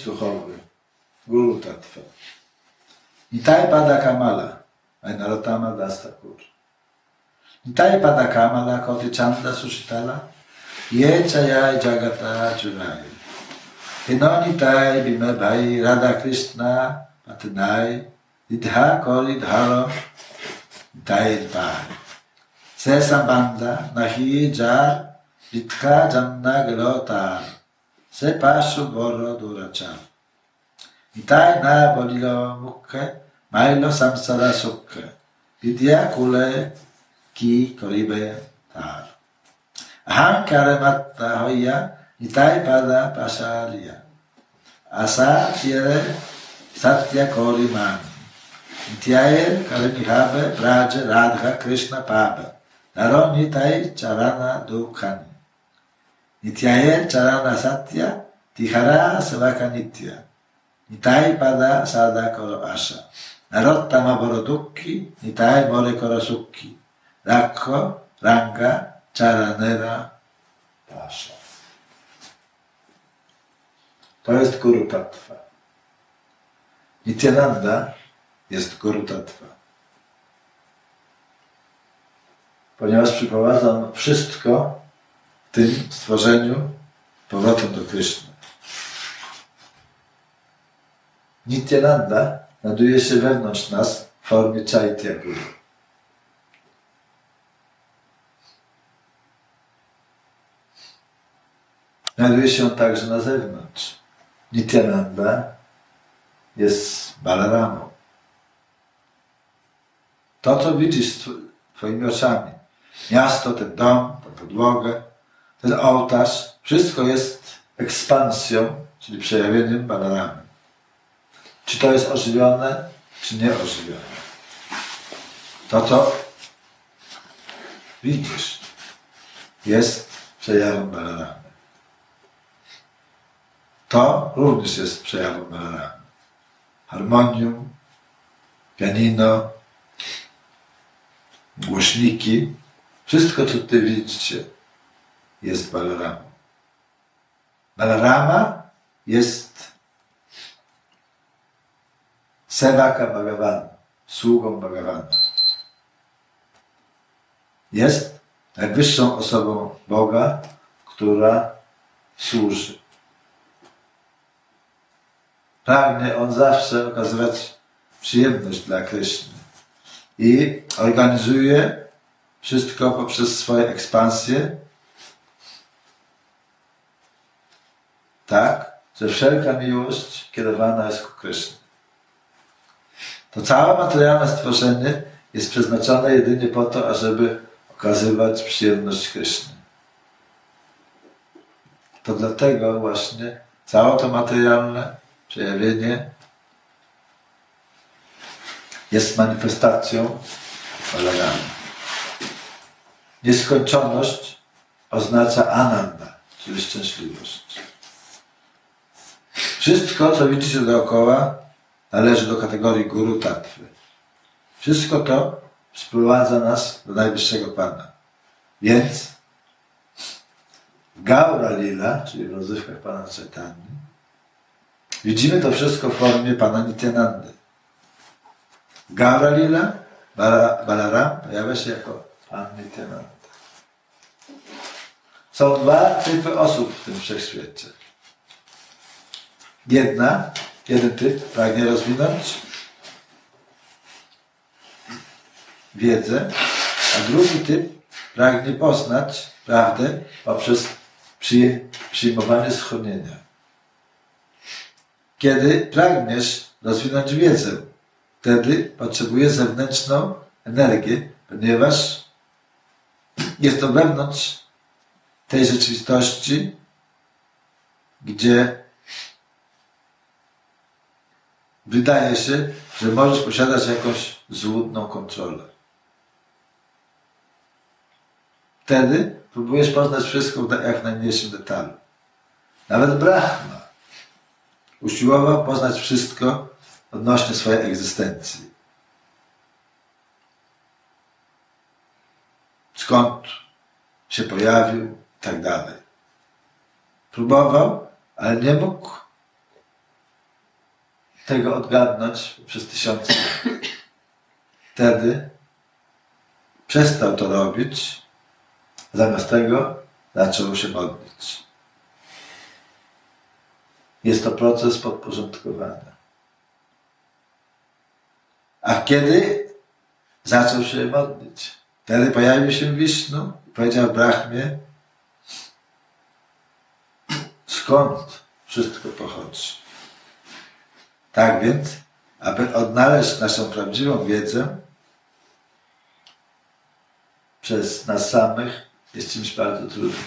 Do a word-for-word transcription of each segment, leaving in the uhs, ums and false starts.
mistrz duchowy, Guru Tattva. Nitai Pada Kamala, Narottama Das Thakur. Nitai Pada Kamala Koti Chanda Sushitala, Ye Chayai Jagata Churai. Hino Nitai Bime Bhai Radha Krishna Patanai, Idha Kori Dharo, Nitai Bhai. Se Sambandha Nahi Jar, Itha Janna Gelotar, Se Pashu Boro Durachar. Nitai Na Bolilo Mukhe, Mailo Samsara Sukhe, Vidya Kule Ki Koribe Tar. Ahankara Matta Hoya, Nitai Pada Pasaliya. Asa Tiere Satya Kori Mani. Nityaye Kalamihabe Braja Radha Krishna Paba. Naro Nitai Charana Dukhani. Nityaye Charana Satya Tihara Savaka Nitya. Nitai Pada Sada Koro Asha. Narottama Borodukki, Nitai More Koro Sukki. Rakho Ranga Charanera Pasha. To jest Guru Tattva. Nityananda jest Guru Tattva. Ponieważ przyprowadza on wszystko w tym stworzeniu powrotem do Kryszny. Nityananda znajduje się wewnątrz nas w formie Chaitya Guru. Znajduje się on także na zewnątrz. Nityananda jest Balaramą. To, co widzisz twoimi oczami, miasto, ten dom, tę podłogę, ten ołtarz, wszystko jest ekspansją, czyli przejawieniem Balaramy. Czy to jest ożywione, czy nie ożywione. To, co widzisz, jest przejawem Balaramy. To również jest przejawem Balaramy. Harmonium, pianino, głośniki, wszystko, co tutaj widzicie, jest Balaramą. Balarama jest Sevaka Bhagavana, sługą Bhagavana. Jest najwyższą osobą Boga, która służy. Pragnie on zawsze okazywać przyjemność dla Kryszny i organizuje wszystko poprzez swoje ekspansje tak, że wszelka miłość kierowana jest ku Krysznie. To całe materialne stworzenie jest przeznaczone jedynie po to, ażeby okazywać przyjemność Kryszny. To dlatego właśnie całe to materialne przejawienie jest manifestacją Balaramy. Nieskończoność oznacza ananda, czyli szczęśliwość. Wszystko, co widzicie dookoła, należy do kategorii Guru Tattwy. Wszystko to sprowadza nas do najwyższego Pana. Więc w Gaura Lila, czyli w rozrywkach Pana Chaitanya, widzimy to wszystko w formie Pana Nityanandy. Gaura Lila, Balaram pojawia się jako Pan Nityananda. Są dwa typy osób w tym wszechświecie. Jedna, jeden typ pragnie rozwinąć wiedzę, a drugi typ pragnie poznać prawdę poprzez przyjmowanie schronienia. Kiedy pragniesz rozwinąć wiedzę, wtedy potrzebujesz zewnętrzną energię, ponieważ jest to wewnątrz tej rzeczywistości, gdzie wydaje się, że możesz posiadać jakąś złudną kontrolę. Wtedy próbujesz poznać wszystko jak w najmniejszym detalu. Nawet Brahma usiłował poznać wszystko odnośnie swojej egzystencji. Skąd się pojawił i tak dalej. Próbował, ale nie mógł tego odgadnąć przez tysiące lat. Wtedy przestał to robić, zamiast tego zaczął się modlić. Jest to proces podporządkowania. A kiedy zaczął się modlić? Wtedy pojawił się Wisznu i powiedział Brahmie, skąd wszystko pochodzi. Tak więc, aby odnaleźć naszą prawdziwą wiedzę przez nas samych, jest czymś bardzo trudnym.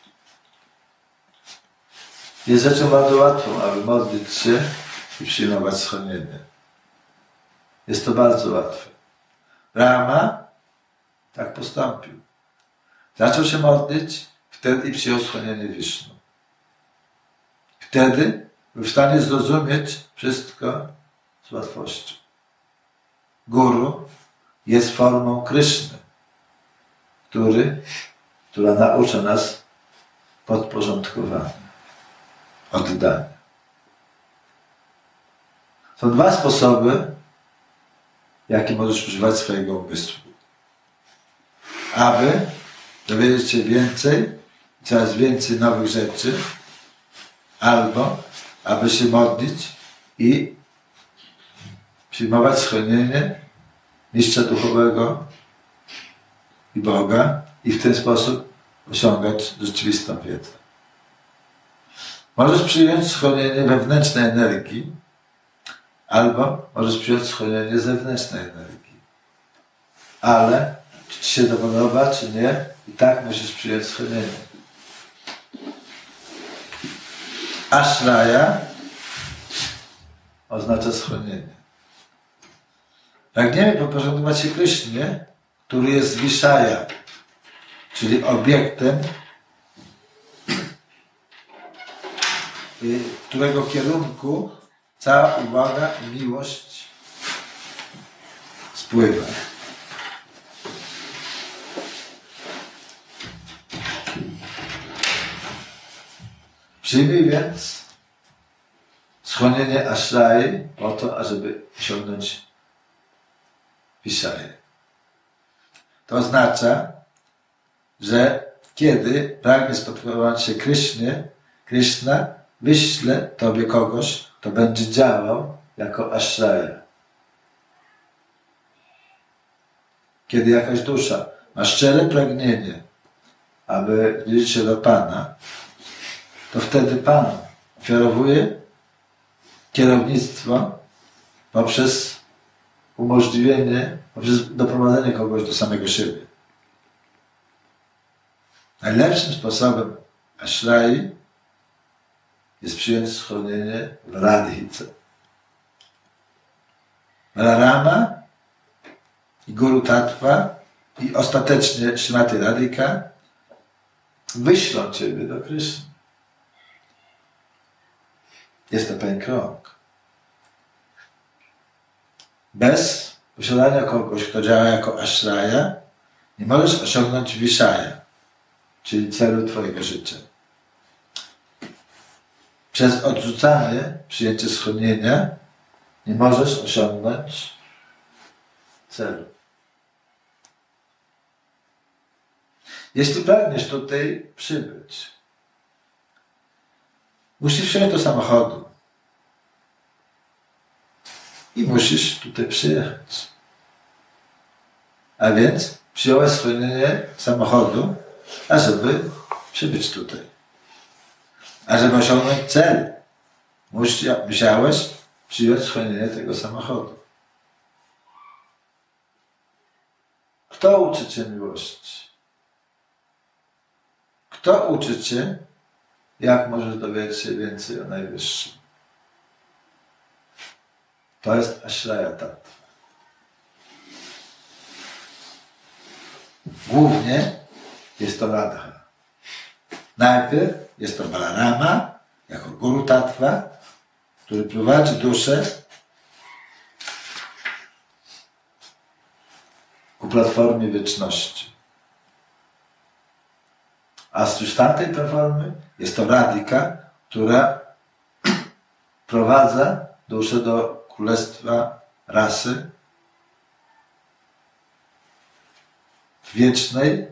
Jest rzeczą bardzo łatwą, aby modlić się i przyjmować schronienie. Jest to bardzo łatwe. Brahma tak postąpił. Zaczął się modlić, wtedy i przyjął schronienie Wisznu. Wtedy był w stanie zrozumieć wszystko z łatwością. Guru jest formą Kryszny, który, która naucza nas podporządkowania, oddania. Są dwa sposoby, jakie możesz używać swojego umysłu. Aby dowiedzieć się więcej, coraz więcej nowych rzeczy, albo aby się modlić i przyjmować schronienie mistrza duchowego i Boga i w ten sposób osiągać rzeczywistą wiedzę. Możesz przyjąć schronienie wewnętrznej energii, albo możesz przyjąć schronienie zewnętrznej energii. Ale czy ci się to podoba, czy nie, i tak musisz przyjąć schronienie. Ashraya oznacza schronienie. Pragniemy podporządkować się Krysznie, który jest Vishaya, czyli obiektem, w którego kierunku cała uwaga i miłość spływa. Przyjmij więc schronienie Ashrai po to, ażeby osiągnąć Vishaję. To oznacza, że kiedy pragniesz podporządkować się Krysznie, Kryszna wyśle tobie kogoś, kto będzie działał jako Ashraya. Kiedy jakaś dusza ma szczere pragnienie, aby zbliżyć się do Pana, to wtedy Pan ofiarowuje kierownictwo poprzez umożliwienie, poprzez doprowadzenie kogoś do samego siebie. Najlepszym sposobem Ashrai jest przyjąć schronienie w Radhice. Balarama i Guru Tattva i ostatecznie Śrimati Radhika wyślą ciebie do Kryszny. Jest to pewien krąg. Bez posiadania kogoś, kto działa jako Ashraya, nie możesz osiągnąć Vishaya, czyli celu twojego życia. Przez odrzucanie, przyjęcie schronienia nie możesz osiągnąć celu. Jeśli pragniesz tutaj przybyć, musisz wsiąść do samochodu i musisz tutaj przyjechać. A więc przyjąłeś schronienie samochodu, ażeby przybyć tutaj. A żeby osiągnąć cel, musiałeś przyjąć schronienie tego samochodu. Kto uczy cię miłości? Kto uczy cię, jak możesz dowiedzieć się więcej o Najwyższym? To jest Ashraya Tattva. Głównie jest to Radha. Najpierw jest to Balarama, jako Guru Tattva, który prowadzi duszę ku platformie wieczności. A z już tamtej platformy jest to Radhika, która prowadza duszę do królestwa rasy w wiecznej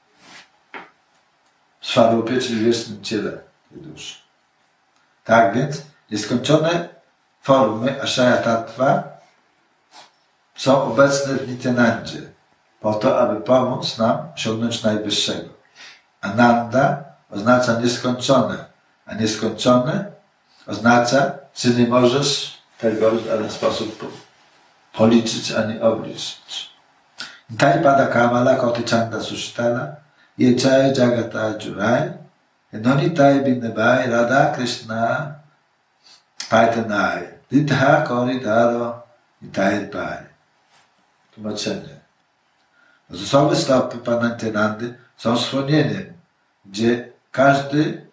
swarupie, czyli w wiecznym ciele tej duszy. Tak więc nieskończone formy Ashaya Tattva są obecne w Nityanandzie po to, aby pomóc nam osiągnąć najwyższego. Ananda oznacza nieskończone, a nieskończone oznacza, że nie możesz tego w żaden sposób policzyć ani obliczyć. Nitai pada kamala koti chanda sushtala yechai jagata jurai enonitai binnebai radha krishna paitanai ditha koridaro nitai pai. Tłumaczenie. Zasoby stopy Pana Nityanandy są schronieniem, gdzie każdy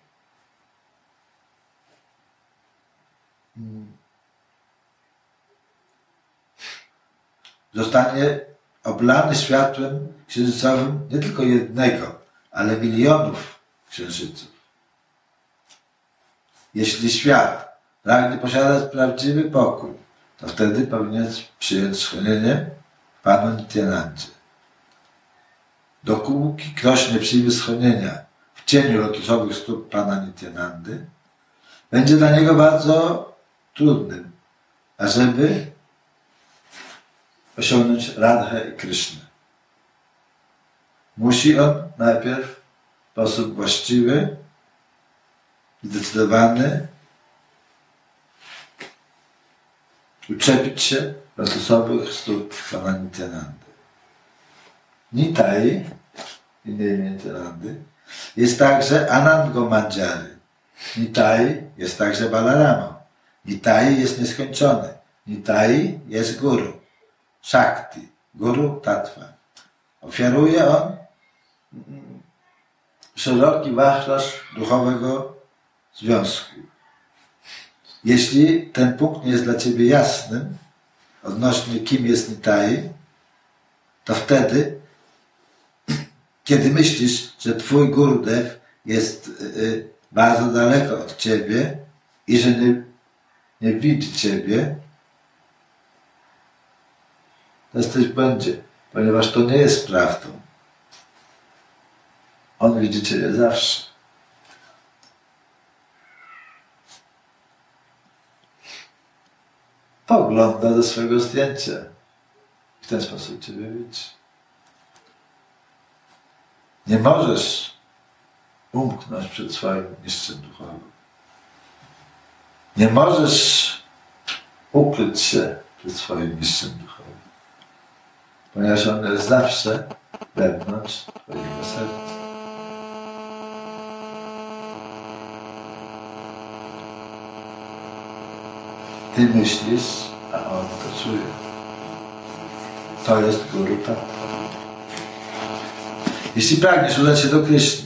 zostanie oblany światłem księżycowym nie tylko jednego, ale milionów księżyców. Jeśli świat pragnie posiadać prawdziwy pokój, to wtedy powinien przyjąć schronienie w Panu Nityanandzie. Dopóki ktoś nie przyjmie schronienia w cieniu lotusowych stóp Pana Nityanandy, będzie dla niego bardzo trudnym, ażeby osiągnąć Radhę i Krysznę. Musi on najpierw w sposób właściwy, zdecydowany uczepić się lotusowych stóp Pana Nityanandy. Nitai, inne imię Nityanandy, jest także Anand Gomanjari. Nitai jest także Balarama. Nitai jest nieskończony. Nitai jest Guru. Shakti, Guru Tattva. Ofiaruje on szeroki wachlarz duchowego związku. Jeśli ten punkt nie jest dla ciebie jasny odnośnie kim jest Nitai, to wtedy, kiedy myślisz, że twój Gurudev jest y, bardzo daleko od ciebie i że nie, nie widzi ciebie, to jesteś w błędzie, ponieważ to nie jest prawdą. On widzi ciebie zawsze. Pogląda ze swojego zdjęcia. W ten sposób ciebie widzi. Nie możesz umknąć przed swoim mistrzem duchowym. Nie możesz ukryć się przed swoim mistrzem duchowym. Ponieważ on jest zawsze wewnątrz twojego serca. Ty myślisz, a on to czuje. To jest Guru Tattva. Jeśli pragniesz udać się do Kryszny,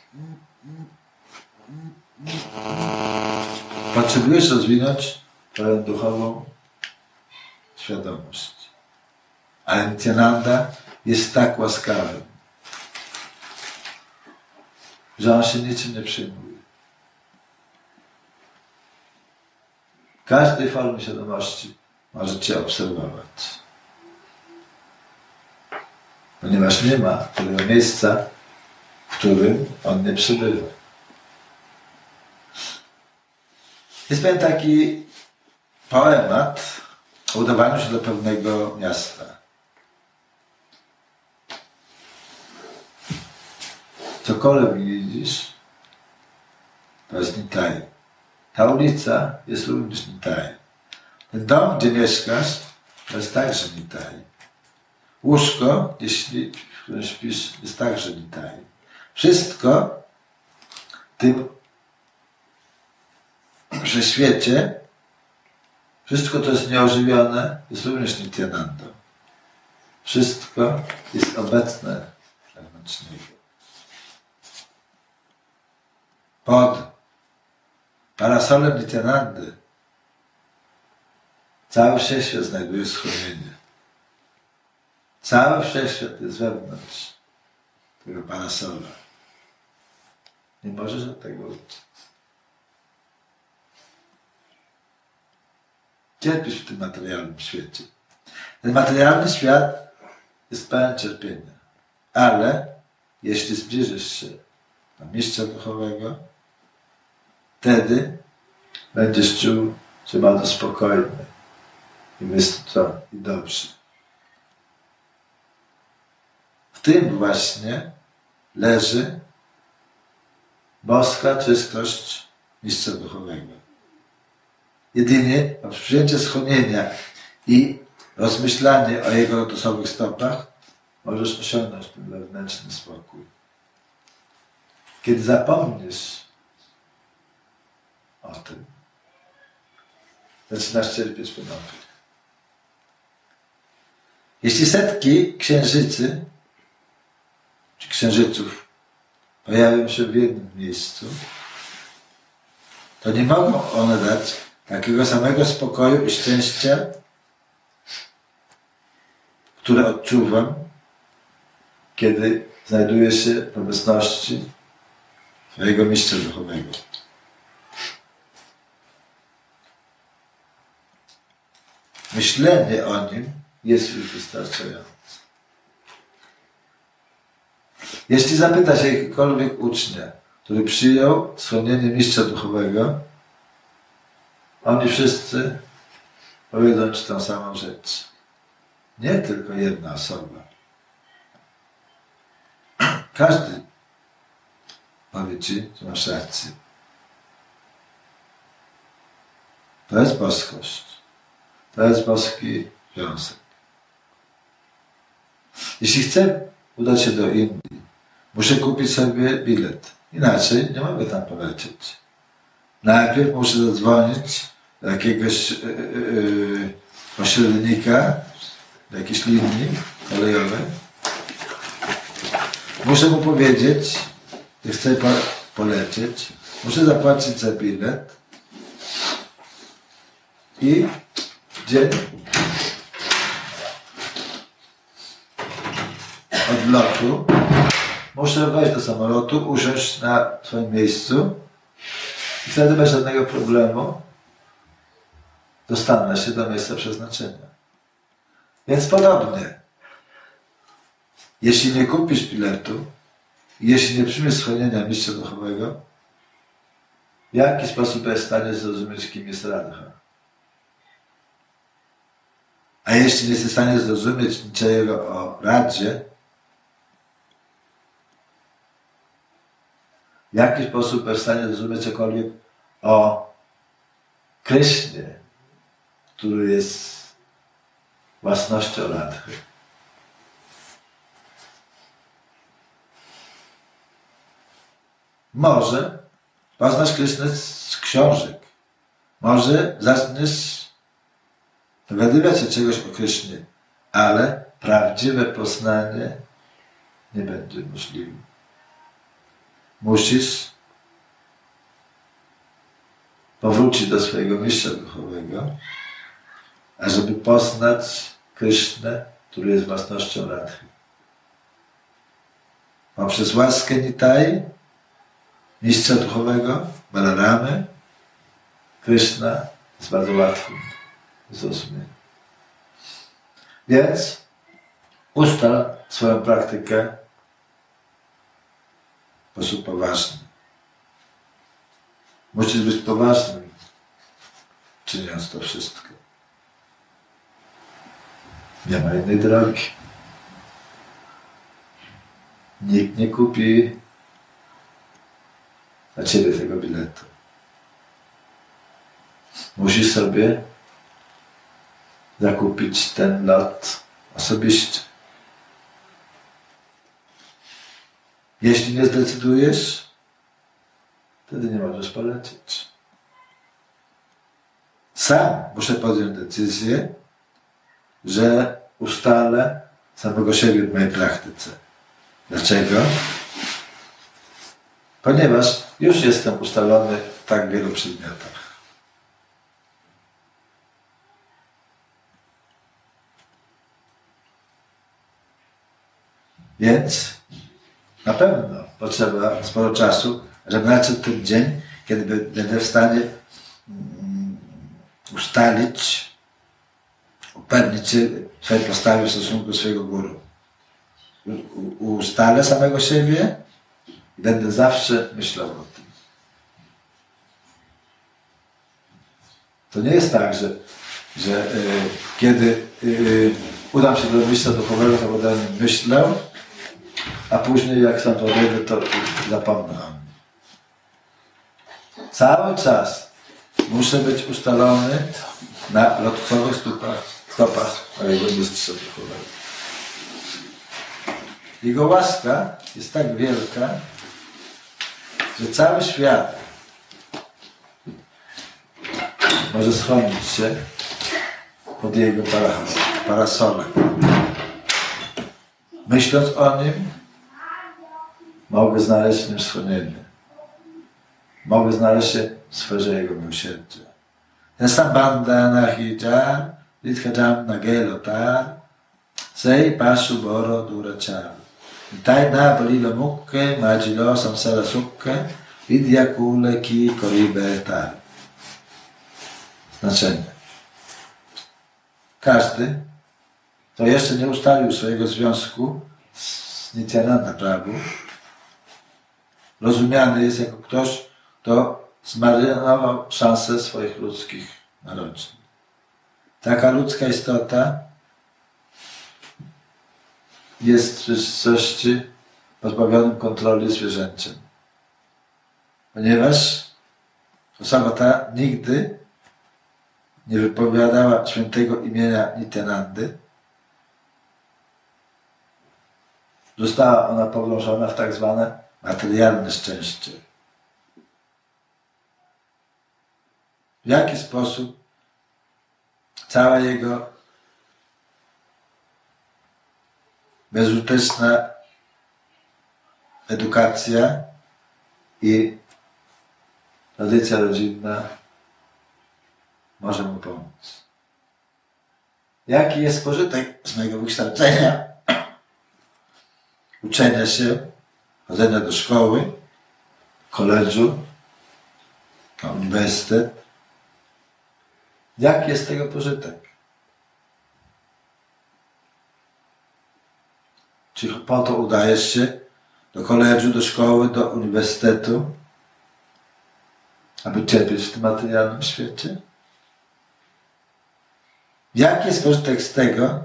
potrzebujesz rozwinąć twoją duchową świadomość. Ale Nityananda jest tak łaskawy, że on się niczym nie przejmuje. W każdej formie świadomości może cię obserwować. Ponieważ nie ma tego miejsca, w którym on nie przebywa. Jest pewien taki poemat o udawaniu się do pewnego miasta. Cokolwiek widzisz, to jest Nitai. Ta ulica jest również Nitai. Ten dom, gdzie mieszkasz, to jest także Nitai. Łóżko, jeśli w którym śpisz, jest także Nitai. Wszystko w tym wszechświecie, wszystko, co jest nieożywione, jest również Nityananda. Wszystko jest obecne wewnątrz niego. Pod parasolem Nityanandy cały wszechświat znajduje schronienie. Cały wszechświat jest wewnątrz tego parasola. Nie możesz od tego uciec. cierpisz w tym materialnym świecie. Ten materialny świat jest pełen cierpienia. Ale jeśli zbliżysz się do mistrza duchowego, wtedy będziesz czuł się bardzo spokojny i wysoko i dobrze. W tym właśnie leży boska czystość mistrza duchowego. Jedynie poprzez przyjęcie schronienia i rozmyślanie o jego lotosowych stopach możesz osiągnąć ten wewnętrzny spokój. Kiedy zapomnisz o tym, zaczynasz cierpieć ponownie. Jeśli setki księżycy czy księżyców pojawią się w jednym miejscu, to nie mogą one dać takiego samego spokoju i szczęścia, które odczuwam, kiedy znajduję się w obecności swojego mistrza duchowego. Myślenie o nim jest już wystarczające. Jeśli zapyta się jakiegokolwiek ucznia, który przyjął schronienie mistrza duchowego, oni wszyscy powiedzą ci tę samą rzecz. Nie tylko jedna osoba. Każdy powie ci, że masz rację. To jest boskość. To jest boski związek. Jeśli chcę udać się do Indii, muszę kupić sobie bilet. Inaczej nie mogę tam polecieć. Najpierw muszę zadzwonić do jakiegoś yy, yy, pośrednika, do jakiejś linii kolejowej. Muszę mu powiedzieć, że chcę polecieć. Muszę zapłacić za bilet. I dzień odlotu muszę wejść do samolotu, usiąść na swoim miejscu i wtedy bez żadnego problemu dostanę się do miejsca przeznaczenia. Więc podobnie, jeśli nie kupisz biletu, jeśli nie przyjmiesz schronienia mistrza duchowego, w jaki sposób jest w stanie zrozumieć, kim jest Radha? A jeśli nie jesteś w stanie zrozumieć niczego o Radzie, w jaki sposób jest w stanie zrozumieć cokolwiek o Krysznie, który jest własnością Radhy? Może poznasz Krysznę z książek. Może zaczniesz dowiadywać się czegoś o Krysznie, ale prawdziwe poznanie nie będzie możliwe. Musisz powrócić do swojego mistrza duchowego, ażeby poznać Krysznę, który jest własnością Radhy. Poprzez łaskę Nitai, mistrza duchowego, Balaramy, Kryszna jest bardzo łatwy do zrozumienia. Więc ustal swoją praktykę w sposób poważny. Musisz być poważnym, czyniąc to wszystko. Nie ma innej drogi. Nikt nie kupi dla ciebie tego biletu. Musisz sobie zakupić ten lot osobiście. Jeśli nie zdecydujesz, wtedy nie możesz polecieć. Sam muszę podjąć decyzję, że ustalę samego siebie w mojej praktyce. Dlaczego? Ponieważ już jestem ustalony w tak wielu przedmiotach. Więc na pewno potrzeba sporo czasu, żeby nadszedł ten dzień, kiedy będę w stanie ustalić upewnić się w swojej postawie w stosunku do swojego guru. U, ustalę samego siebie i będę zawsze myślał o tym. To nie jest tak, że, że y, kiedy y, udam się do miejsca duchowego, to będę myślał, a później jak sam odejdę, to zapomnę o nim. Cały czas muszę być ustalony na lotosowych stopach, stopach mojego mistrza duchowego. Jego łaska jest tak wielka, że cały świat może schronić się pod jego parasolem. Myśląc o nim, mogę znaleźć w nim schronienie. Mogę znaleźć się w sferze jego miłosierdzia. Ten sam banda na hijab, lidhajam na gelotar, sej pashu boro durachar. Tai na balilo mukke, majilo samsara sukke, vidya kule ki koribe tar. Znaczenie. Każdy, kto jeszcze nie ustalił swojego związku z Nityananda Prabhu, rozumiany jest jako ktoś, kto zmarnował szansę swoich ludzkich narodzin. Taka ludzka istota jest w rzeczywistości pozbawionym kontroli zwierzęciem. Ponieważ osoba ta nigdy nie wypowiadała świętego imienia Nityanandy, została ona pogrążona w tak zwane materialne szczęście. W jaki sposób cała jego bezużyteczna edukacja i tradycja rodzinna może mu pomóc. Jaki jest pożytek z mojego wykształcenia, uczenia się, chodzenia do szkoły, koledżu, na uniwersytet? Jaki jest tego pożytek? Czy po to udajesz się do koledżu, do szkoły, do uniwersytetu, aby cierpieć w tym materialnym świecie? Jaki jest pożytek z tego,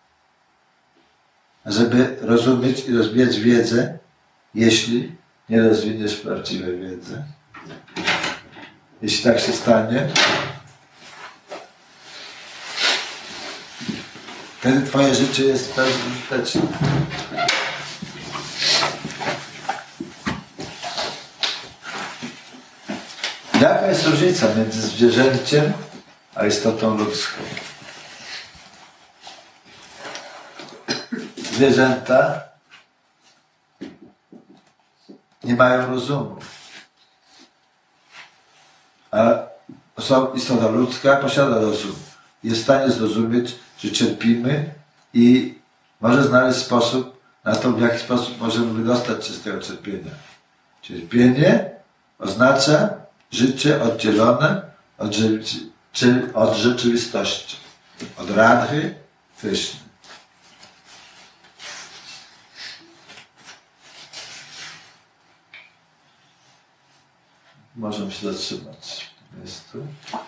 żeby rozumieć i rozwijać wiedzę, jeśli nie rozwiniesz prawdziwej wiedzy? Jeśli tak się stanie, wtedy twoje życie jest bezużyteczne. Jaka jest różnica między zwierzęciem a istotą ludzką? Zwierzęta nie mają rozumu, a istota ludzka posiada rozum. Jest w stanie zrozumieć, że cierpimy i może znaleźć sposób na to, w jaki sposób możemy wydostać się z tego cierpienia. Cierpienie oznacza życie oddzielone od, czy, od rzeczywistości, od Radhy, Kryszny. Możemy się zatrzymać w tym miejscu.